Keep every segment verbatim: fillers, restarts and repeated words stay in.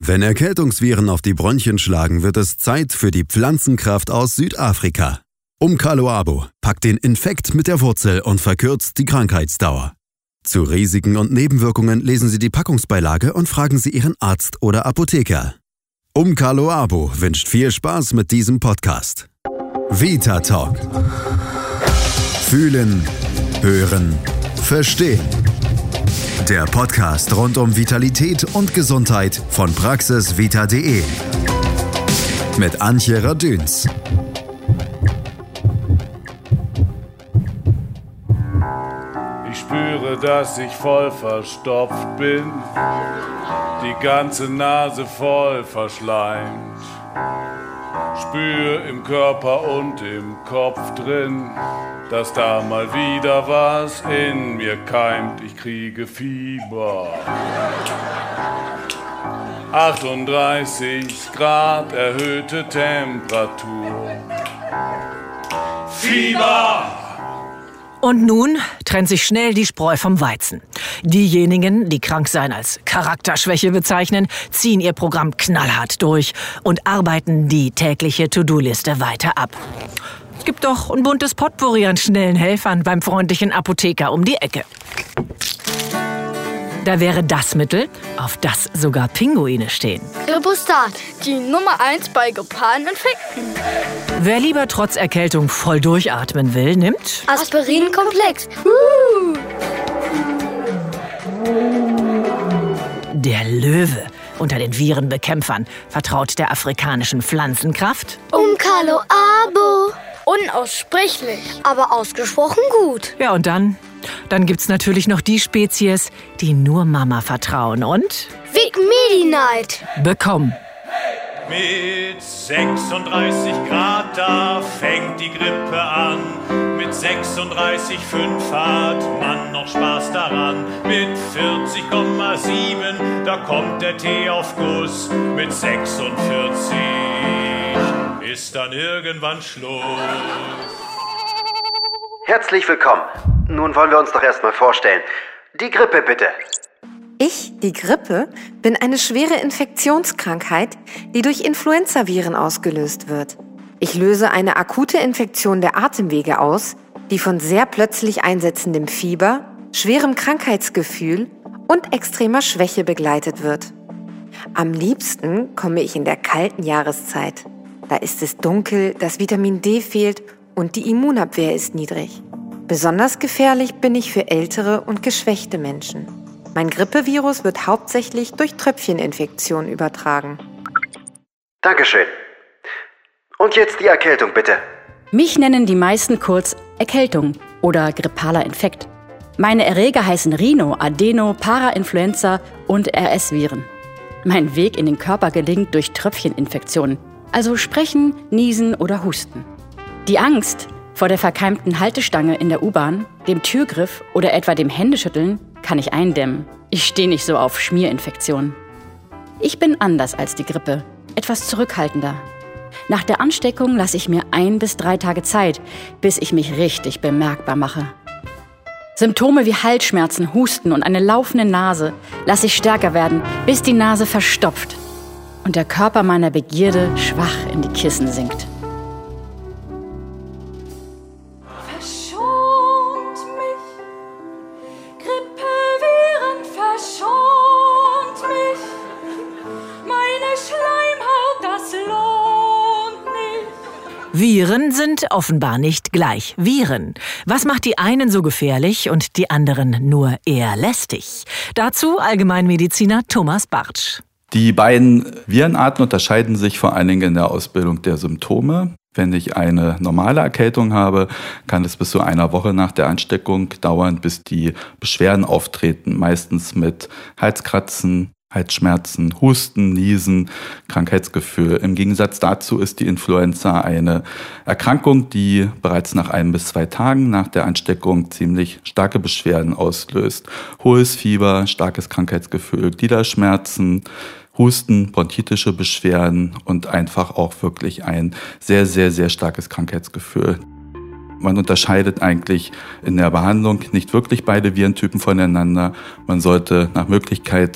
Wenn Erkältungsviren auf die Bronchien schlagen, wird es Zeit für die Pflanzenkraft aus Südafrika. Umkaloabo packt den Infekt mit der Wurzel und verkürzt die Krankheitsdauer. Zu Risiken und Nebenwirkungen lesen Sie die Packungsbeilage und fragen Sie Ihren Arzt oder Apotheker. Umkaloabo wünscht viel Spaß mit diesem Podcast. Vita Talk. Fühlen, hören, verstehen. Der Podcast rund um Vitalität und Gesundheit von praxisvita punkt de mit Antje Radüns. Ich spüre, dass ich voll verstopft bin, die ganze Nase voll verschleimt. Spür im Körper und im Kopf drin, dass da mal wieder was in mir keimt. Ich kriege Fieber. achtunddreißig Grad, erhöhte Temperatur. Fieber! Und nun trennt sich schnell die Spreu vom Weizen. Diejenigen, die Kranksein als Charakterschwäche bezeichnen, ziehen ihr Programm knallhart durch und arbeiten die tägliche To-Do-Liste weiter ab. Es gibt doch ein buntes Potpourri an schnellen Helfern beim freundlichen Apotheker um die Ecke. Da wäre das Mittel, auf das sogar Pinguine stehen. Gripostat, die Nummer eins bei grippalen Infekten. Wer lieber trotz Erkältung voll durchatmen will, nimmt Aspirin-Komplex. Uh. Der Löwe unter den Virenbekämpfern vertraut der afrikanischen Pflanzenkraft. Umkaloabo. Unaussprechlich, aber ausgesprochen gut. Ja, und dann? Dann gibt's natürlich noch die Spezies, die nur Mama vertrauen und Vic Medi-Night bekommen. Mit sechsunddreißig Grad, da fängt die Grippe an. Mit sechsunddreißig Komma fünf hat man noch Spaß daran. Mit vierzig Komma sieben, da kommt der Tee auf Guss. Mit sechsundvierzig ist dann irgendwann Schluss. Herzlich willkommen. Nun wollen wir uns doch erstmal vorstellen. Die Grippe bitte. Ich, die Grippe, bin eine schwere Infektionskrankheit, die durch Influenzaviren ausgelöst wird. Ich löse eine akute Infektion der Atemwege aus, die von sehr plötzlich einsetzendem Fieber, schwerem Krankheitsgefühl und extremer Schwäche begleitet wird. Am liebsten komme ich in der kalten Jahreszeit. Da ist es dunkel, das Vitamin D fehlt und die Immunabwehr ist niedrig. Besonders gefährlich bin ich für ältere und geschwächte Menschen. Mein Grippevirus wird hauptsächlich durch Tröpfcheninfektion übertragen. Dankeschön. Und jetzt die Erkältung bitte. Mich nennen die meisten kurz Erkältung oder grippaler Infekt. Meine Erreger heißen Rhino, Adeno, Parainfluenza und R S-Viren. Mein Weg in den Körper gelingt durch Tröpfcheninfektionen, also Sprechen, Niesen oder Husten. Die Angst vor der verkeimten Haltestange in der U-Bahn, dem Türgriff oder etwa dem Händeschütteln kann ich eindämmen. Ich stehe nicht so auf Schmierinfektionen. Ich bin anders als die Grippe, etwas zurückhaltender. Nach der Ansteckung lasse ich mir ein bis drei Tage Zeit, bis ich mich richtig bemerkbar mache. Symptome wie Halsschmerzen, Husten und eine laufende Nase lasse ich stärker werden, bis die Nase verstopft und der Körper meiner Begierde schwach in die Kissen sinkt. Viren sind offenbar nicht gleich Viren. Was macht die einen so gefährlich und die anderen nur eher lästig? Dazu Allgemeinmediziner Thomas Bartsch. Die beiden Virenarten unterscheiden sich vor allen Dingen in der Ausbildung der Symptome. Wenn ich eine normale Erkältung habe, kann es bis zu einer Woche nach der Ansteckung dauern, bis die Beschwerden auftreten. Meistens mit Halskratzen, Halsschmerzen, Husten, Niesen, Krankheitsgefühl. Im Gegensatz dazu ist die Influenza eine Erkrankung, die bereits nach ein bis zwei Tagen nach der Ansteckung ziemlich starke Beschwerden auslöst. Hohes Fieber, starkes Krankheitsgefühl, Gliederschmerzen, Husten, bronchitische Beschwerden und einfach auch wirklich ein sehr, sehr, sehr starkes Krankheitsgefühl. Man unterscheidet eigentlich in der Behandlung nicht wirklich beide Virentypen voneinander. Man sollte nach Möglichkeit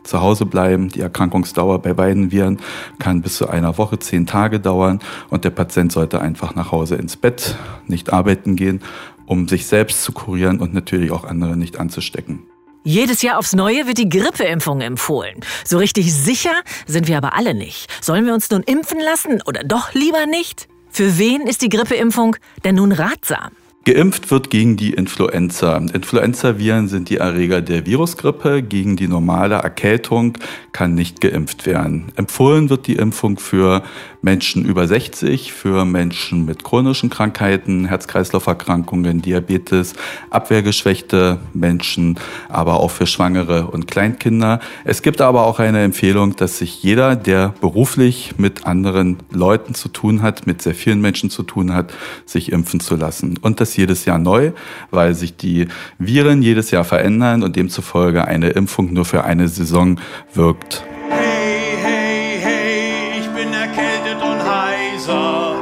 zu Hause bleiben. Die Erkrankungsdauer bei beiden Viren kann bis zu einer Woche, zehn Tage dauern und der Patient sollte einfach nach Hause ins Bett, nicht arbeiten gehen, um sich selbst zu kurieren und natürlich auch andere nicht anzustecken. Jedes Jahr aufs Neue wird die Grippeimpfung empfohlen. So richtig sicher sind wir aber alle nicht. Sollen wir uns nun impfen lassen oder doch lieber nicht? Für wen ist die Grippeimpfung denn nun ratsam? Geimpft wird gegen die Influenza. Influenzaviren sind die Erreger der Virusgrippe. Gegen die normale Erkältung kann nicht geimpft werden. Empfohlen wird die Impfung für Menschen über sechzig, für Menschen mit chronischen Krankheiten, Herz-Kreislauf-Erkrankungen, Diabetes, abwehrgeschwächte Menschen, aber auch für Schwangere und Kleinkinder. Es gibt aber auch eine Empfehlung, dass sich jeder, der beruflich mit anderen Leuten zu tun hat, mit sehr vielen Menschen zu tun hat, sich impfen zu lassen. Und das jedes Jahr neu, weil sich die Viren jedes Jahr verändern und demzufolge eine Impfung nur für eine Saison wirkt. Hey, hey, hey, ich bin erkältet und heiser.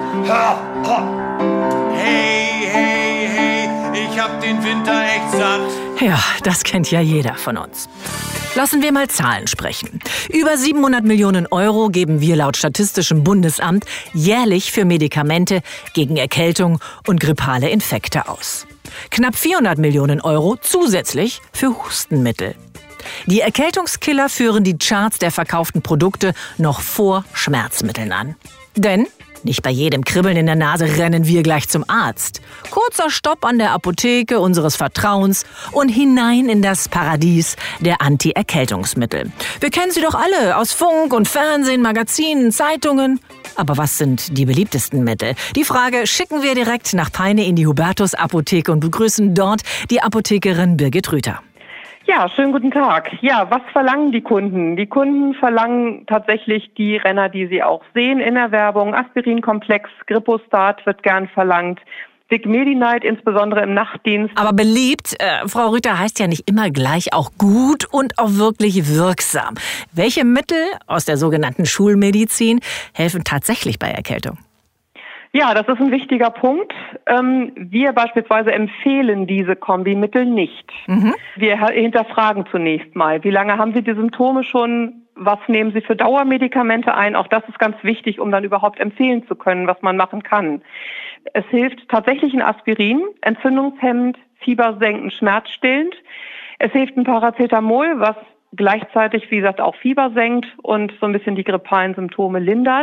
Hey, hey, hey, ich hab den Winter echt satt. Ja, das kennt ja jeder von uns. Lassen wir mal Zahlen sprechen. Über siebenhundert Millionen Euro geben wir laut Statistischem Bundesamt jährlich für Medikamente gegen Erkältung und grippale Infekte aus. Knapp vierhundert Millionen Euro zusätzlich für Hustenmittel. Die Erkältungskiller führen die Charts der verkauften Produkte noch vor Schmerzmitteln an. Denn nicht bei jedem Kribbeln in der Nase rennen wir gleich zum Arzt. Kurzer Stopp an der Apotheke unseres Vertrauens und hinein in das Paradies der Anti-Erkältungsmittel. Wir kennen sie doch alle aus Funk und Fernsehen, Magazinen, Zeitungen. Aber was sind die beliebtesten Mittel? Die Frage schicken wir direkt nach Peine in die Hubertus-Apotheke und begrüßen dort die Apothekerin Birgit Rüther. Ja, schönen guten Tag. Ja, was verlangen die Kunden? Die Kunden verlangen tatsächlich die Renner, die sie auch sehen in der Werbung. Aspirinkomplex, Grippostat wird gern verlangt. Sigmedinide, insbesondere im Nachtdienst. Aber beliebt, äh, Frau Rüther, heißt ja nicht immer gleich auch gut und auch wirklich wirksam. Welche Mittel aus der sogenannten Schulmedizin helfen tatsächlich bei Erkältung? Ja, das ist ein wichtiger Punkt. Ähm, wir beispielsweise empfehlen diese Kombimittel nicht. Mhm. Wir hinterfragen zunächst mal, wie lange haben Sie die Symptome schon? Was nehmen Sie für Dauermedikamente ein? Auch das ist ganz wichtig, um dann überhaupt empfehlen zu können, was man machen kann. Es hilft tatsächlich ein Aspirin, entzündungshemmend, fiebersenkend, schmerzstillend. Es hilft ein Paracetamol, was gleichzeitig, wie gesagt, auch Fieber senkt und so ein bisschen die grippalen Symptome lindert.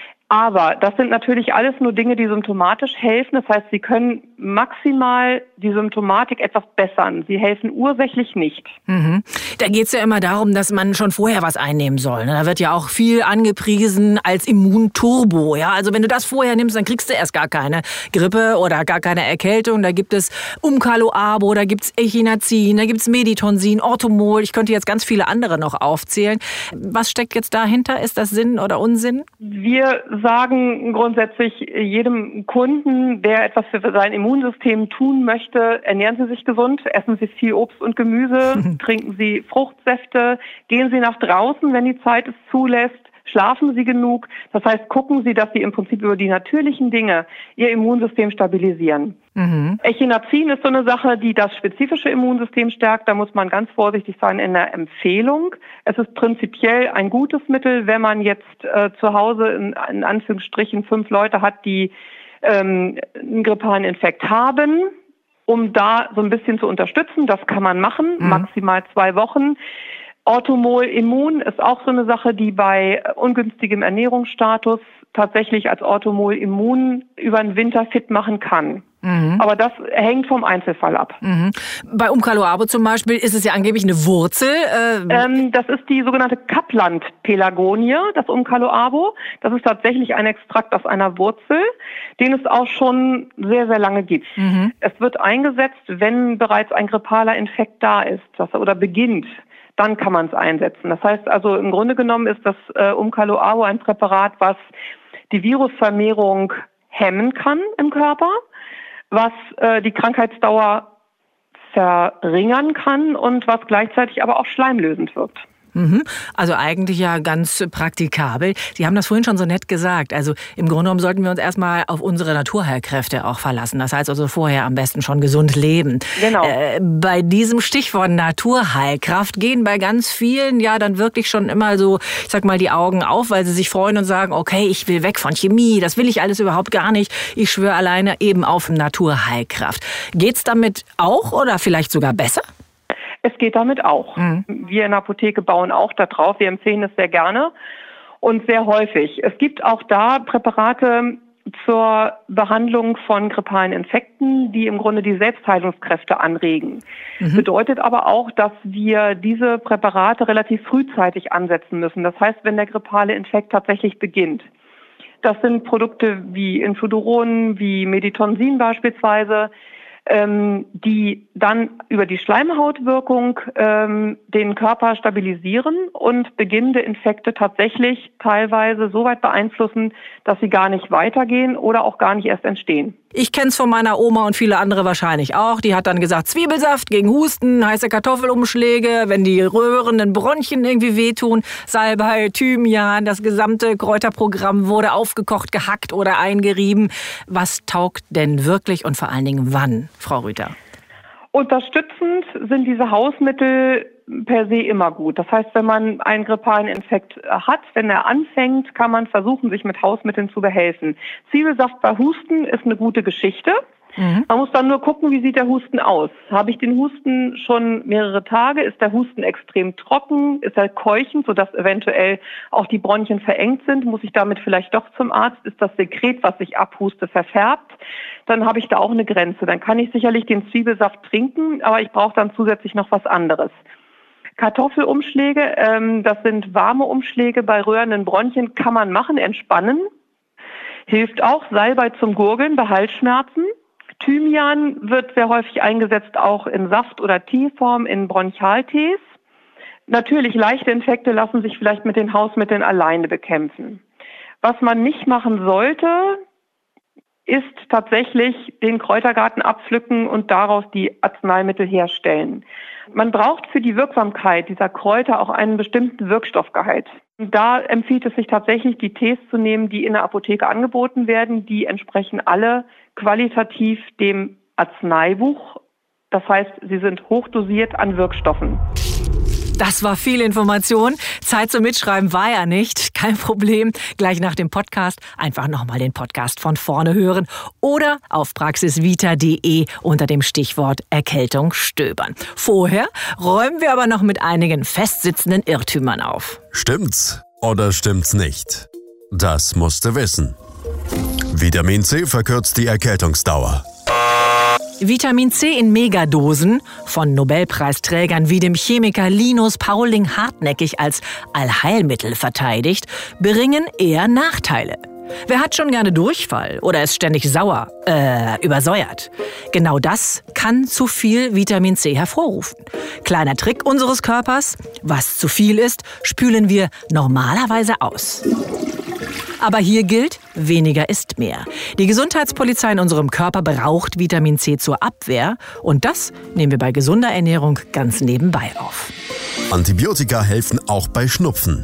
Aber das sind natürlich alles nur Dinge, die symptomatisch helfen. Das heißt, sie können maximal die Symptomatik etwas bessern. Sie helfen ursächlich nicht. Mhm. Da geht es ja immer darum, dass man schon vorher was einnehmen soll. Da wird ja auch viel angepriesen als Immunturbo. Ja? Also wenn du das vorher nimmst, dann kriegst du erst gar keine Grippe oder gar keine Erkältung. Da gibt es Umcaloabo, da gibt es Echinazin, da gibt es Meditonsin, Orthomol. Ich könnte jetzt ganz viele andere noch aufzählen. Was steckt jetzt dahinter? Ist das Sinn oder Unsinn? Wir sagen grundsätzlich jedem Kunden, der etwas für sein Immunsystem tun möchte, ernähren Sie sich gesund, essen Sie viel Obst und Gemüse, trinken Sie Fruchtsäfte, gehen Sie nach draußen, wenn die Zeit es zulässt, schlafen Sie genug. Das heißt, gucken Sie, dass Sie im Prinzip über die natürlichen Dinge Ihr Immunsystem stabilisieren. Mhm. Echinazin ist so eine Sache, die das spezifische Immunsystem stärkt. Da muss man ganz vorsichtig sein in der Empfehlung. Es ist prinzipiell ein gutes Mittel, wenn man jetzt äh, zu Hause in, in Anführungsstrichen fünf Leute hat, die ähm, einen grippalen Infekt haben, um da so ein bisschen zu unterstützen. Das kann man machen, mhm. maximal zwei Wochen. Orthomol Immun ist auch so eine Sache, die bei ungünstigem Ernährungsstatus tatsächlich als Orthomol Immun über den Winter fit machen kann. Mhm. Aber das hängt vom Einzelfall ab. Mhm. Bei Umcaloabo zum Beispiel ist es ja angeblich eine Wurzel. Äh ähm, das ist die sogenannte Kapland-Pelagonie, das Umcaloabo. Das ist tatsächlich ein Extrakt aus einer Wurzel, den es auch schon sehr, sehr lange gibt. Mhm. Es wird eingesetzt, wenn bereits ein grippaler Infekt da ist das, oder beginnt. Dann kann man es einsetzen. Das heißt also, im Grunde genommen ist das äh, Umcaloabo ein Präparat, was die Virusvermehrung hemmen kann im Körper, was äh, die Krankheitsdauer verringern kann und was gleichzeitig aber auch schleimlösend wirkt. Mhm. Also eigentlich ja ganz praktikabel. Sie haben das vorhin schon so nett gesagt. Also im Grunde genommen sollten wir uns erstmal auf unsere Naturheilkräfte auch verlassen. Das heißt also vorher am besten schon gesund leben. Genau. Äh, bei diesem Stichwort Naturheilkraft gehen bei ganz vielen ja dann wirklich schon immer so, ich sag mal, die Augen auf, weil sie sich freuen und sagen, okay, ich will weg von Chemie, das will ich alles überhaupt gar nicht. Ich schwöre alleine eben auf Naturheilkraft. Geht's damit auch oder vielleicht sogar besser? Es geht damit auch. Mhm. Wir in der Apotheke bauen auch da drauf. Wir empfehlen es sehr gerne und sehr häufig. Es gibt auch da Präparate zur Behandlung von grippalen Infekten, die im Grunde die Selbstheilungskräfte anregen. Mhm. Bedeutet aber auch, dass wir diese Präparate relativ frühzeitig ansetzen müssen. Das heißt, wenn der grippale Infekt tatsächlich beginnt. Das sind Produkte wie Infuduron, wie Meditonsin beispielsweise, ähm, die dann über die Schleimhautwirkung ähm, den Körper stabilisieren und beginnende Infekte tatsächlich teilweise so weit beeinflussen, dass sie gar nicht weitergehen oder auch gar nicht erst entstehen. Ich kenn's von meiner Oma und viele andere wahrscheinlich auch. Die hat dann gesagt, Zwiebelsaft gegen Husten, heiße Kartoffelumschläge, wenn die röhrenden Bronchien irgendwie wehtun, Salbei, Thymian, das gesamte Kräuterprogramm wurde aufgekocht, gehackt oder eingerieben. Was taugt denn wirklich und vor allen Dingen wann, Frau Rüther? Unterstützend sind diese Hausmittel per se immer gut. Das heißt, wenn man einen grippalen Infekt hat, wenn er anfängt, kann man versuchen, sich mit Hausmitteln zu behelfen. Zwiebelsaft bei Husten ist eine gute Geschichte. Mhm. Man muss dann nur gucken, wie sieht der Husten aus. Habe ich den Husten schon mehrere Tage? Ist der Husten extrem trocken? Ist er keuchend, sodass eventuell auch die Bronchien verengt sind? Muss ich damit vielleicht doch zum Arzt? Ist das Sekret, was ich abhuste, verfärbt? Dann habe ich da auch eine Grenze. Dann kann ich sicherlich den Zwiebelsaft trinken, aber ich brauche dann zusätzlich noch was anderes. Kartoffelumschläge, ähm, das sind warme Umschläge bei röhrenden Bronchien, kann man machen, entspannen. Hilft auch. Salbei zum Gurgeln bei Halsschmerzen. Thymian wird sehr häufig eingesetzt, auch in Saft- oder Teeform, in Bronchialtees. Natürlich, leichte Infekte lassen sich vielleicht mit den Hausmitteln alleine bekämpfen. Was man nicht machen sollte, ist tatsächlich den Kräutergarten abpflücken und daraus die Arzneimittel herstellen. Man braucht für die Wirksamkeit dieser Kräuter auch einen bestimmten Wirkstoffgehalt. Und da empfiehlt es sich tatsächlich, die Tees zu nehmen, die in der Apotheke angeboten werden. Die entsprechen alle qualitativ dem Arzneibuch. Das heißt, sie sind hochdosiert an Wirkstoffen. Das war viel Information. Zeit zum Mitschreiben war ja nicht. Kein Problem. Gleich nach dem Podcast einfach nochmal den Podcast von vorne hören oder auf praxisvita punkt de unter dem Stichwort Erkältung stöbern. Vorher räumen wir aber noch mit einigen festsitzenden Irrtümern auf. Stimmt's oder stimmt's nicht? Das musst du wissen. Vitamin C verkürzt die Erkältungsdauer. Vitamin C in Megadosen, von Nobelpreisträgern wie dem Chemiker Linus Pauling hartnäckig als Allheilmittel verteidigt, bringen eher Nachteile. Wer hat schon gerne Durchfall oder ist ständig sauer, äh, übersäuert? Genau das kann zu viel Vitamin C hervorrufen. Kleiner Trick unseres Körpers: Was zu viel ist, spülen wir normalerweise aus. Aber hier gilt, weniger ist mehr. Die Gesundheitspolizei in unserem Körper braucht Vitamin C zur Abwehr. Und das nehmen wir bei gesunder Ernährung ganz nebenbei auf. Antibiotika helfen auch bei Schnupfen.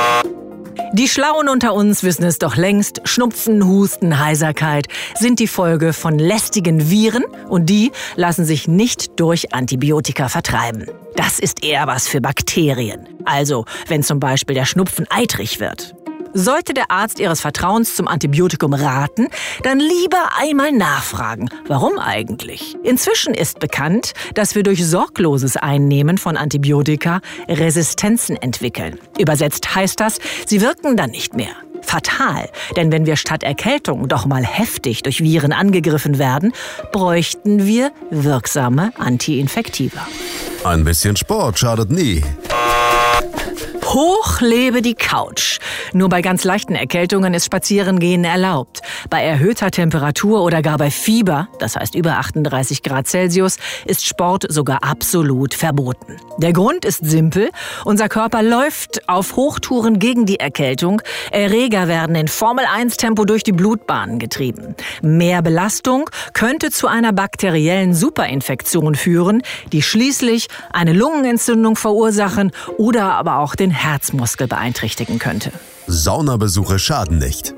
Die Schlauen unter uns wissen es doch längst. Schnupfen, Husten, Heiserkeit sind die Folge von lästigen Viren. Und die lassen sich nicht durch Antibiotika vertreiben. Das ist eher was für Bakterien. Also, wenn zum Beispiel der Schnupfen eitrig wird. Sollte der Arzt Ihres Vertrauens zum Antibiotikum raten, dann lieber einmal nachfragen. Warum eigentlich? Inzwischen ist bekannt, dass wir durch sorgloses Einnehmen von Antibiotika Resistenzen entwickeln. Übersetzt heißt das, sie wirken dann nicht mehr. Fatal, denn wenn wir statt Erkältung doch mal heftig durch Viren angegriffen werden, bräuchten wir wirksame Antiinfektiva. Ein bisschen Sport schadet nie. Hoch lebe die Couch. Nur bei ganz leichten Erkältungen ist Spazierengehen erlaubt. Bei erhöhter Temperatur oder gar bei Fieber, das heißt über achtunddreißig Grad Celsius, ist Sport sogar absolut verboten. Der Grund ist simpel. Unser Körper läuft auf Hochtouren gegen die Erkältung. Erreger werden in Formel eins Tempo durch die Blutbahnen getrieben. Mehr Belastung könnte zu einer bakteriellen Superinfektion führen, die schließlich eine Lungenentzündung verursachen oder aber auch den Herzmuskel beeinträchtigen könnte. Saunabesuche schaden nicht.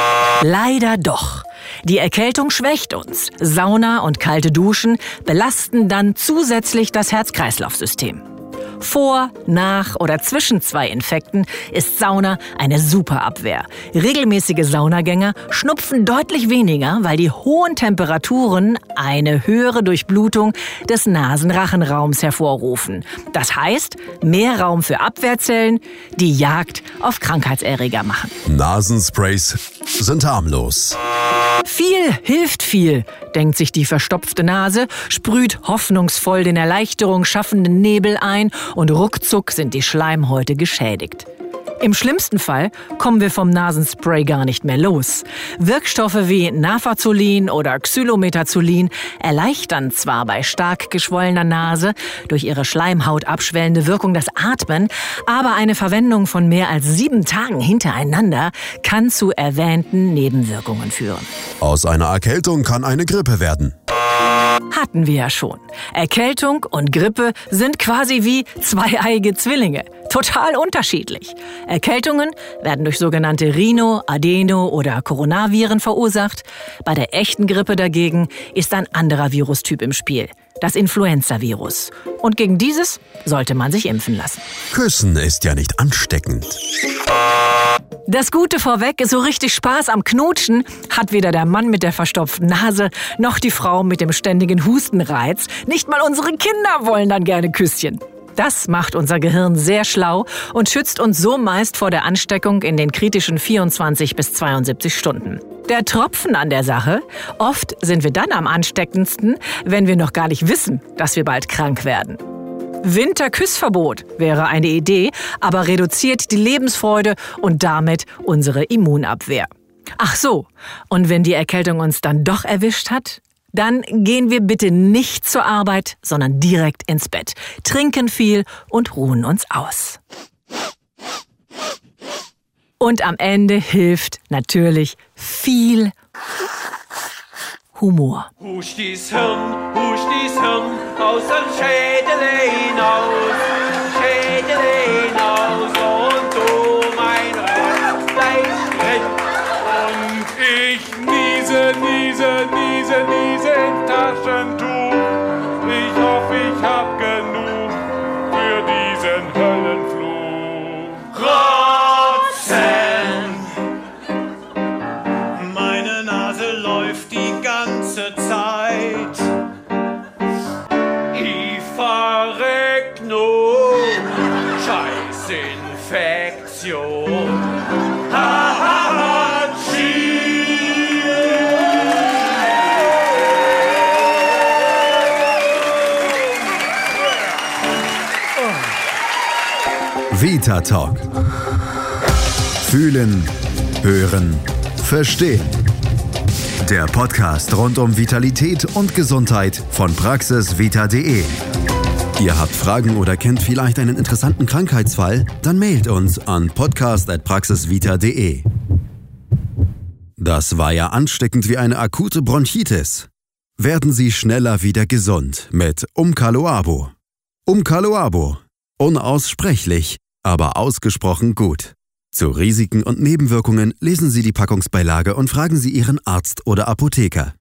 Leider doch. Die Erkältung schwächt uns. Sauna und kalte Duschen belasten dann zusätzlich das Herz-Kreislauf-System. Vor, nach oder zwischen zwei Infekten ist Sauna eine super Abwehr. Regelmäßige Saunagänger schnupfen deutlich weniger, weil die hohen Temperaturen eine höhere Durchblutung des Nasenrachenraums hervorrufen. Das heißt, mehr Raum für Abwehrzellen, die Jagd auf Krankheitserreger machen. Nasensprays sind harmlos. Viel hilft viel, denkt sich die verstopfte Nase, sprüht hoffnungsvoll den Erleichterung schaffenden Nebel ein und ruckzuck sind die Schleimhäute geschädigt. Im schlimmsten Fall kommen wir vom Nasenspray gar nicht mehr los. Wirkstoffe wie Nafazolin oder Xylometazolin erleichtern zwar bei stark geschwollener Nase durch ihre Schleimhaut abschwellende Wirkung das Atmen, aber eine Verwendung von mehr als sieben Tagen hintereinander kann zu erwähnten Nebenwirkungen führen. Aus einer Erkältung kann eine Grippe werden. Hatten wir ja schon. Erkältung und Grippe sind quasi wie zweieige Zwillinge. Total unterschiedlich. Erkältungen werden durch sogenannte Rhino-, Adeno- oder Coronaviren verursacht. Bei der echten Grippe dagegen ist ein anderer Virustyp im Spiel. Das Influenza-Virus. Und gegen dieses sollte man sich impfen lassen. Küssen ist ja nicht ansteckend. Das Gute vorweg, so richtig Spaß am Knutschen hat weder der Mann mit der verstopften Nase noch die Frau mit dem ständigen Hustenreiz. Nicht mal unsere Kinder wollen dann gerne Küsschen. Das macht unser Gehirn sehr schlau und schützt uns so meist vor der Ansteckung in den kritischen vierundzwanzig bis zweiundsiebzig Stunden. Der Tropfen an der Sache: Oft sind wir dann am ansteckendsten, wenn wir noch gar nicht wissen, dass wir bald krank werden. Winterküssverbot wäre eine Idee, aber reduziert die Lebensfreude und damit unsere Immunabwehr. Ach so, und wenn die Erkältung uns dann doch erwischt hat, dann gehen wir bitte nicht zur Arbeit, sondern direkt ins Bett, trinken viel und ruhen uns aus. Und am Ende hilft natürlich viel Humor. Husch dies Hirn, husch dies Hirn aus dem Schädel hinaus, Schädel hinaus und du mein Röstlein drin. Und ich niese, niese, niese, niese in Taschentuch. Ich hoffe, ich hab genug für diesen Höllenfluch. Rotzen! Meine Nase läuft die ganze Zeit. Ich verreck nur. Scheißinfektion. Ha, ha, ha, Vita Talk. Fühlen, hören, verstehen. Der Podcast rund um Vitalität und Gesundheit von praxis vita punkt de. Ihr habt Fragen oder kennt vielleicht einen interessanten Krankheitsfall? Dann mailt uns an podcast at praxisvita punkt de. Das war ja ansteckend wie eine akute Bronchitis. Werden Sie schneller wieder gesund mit Umcaloabo. Umcaloabo. Unaussprechlich, aber ausgesprochen gut. Zu Risiken und Nebenwirkungen lesen Sie die Packungsbeilage und fragen Sie Ihren Arzt oder Apotheker.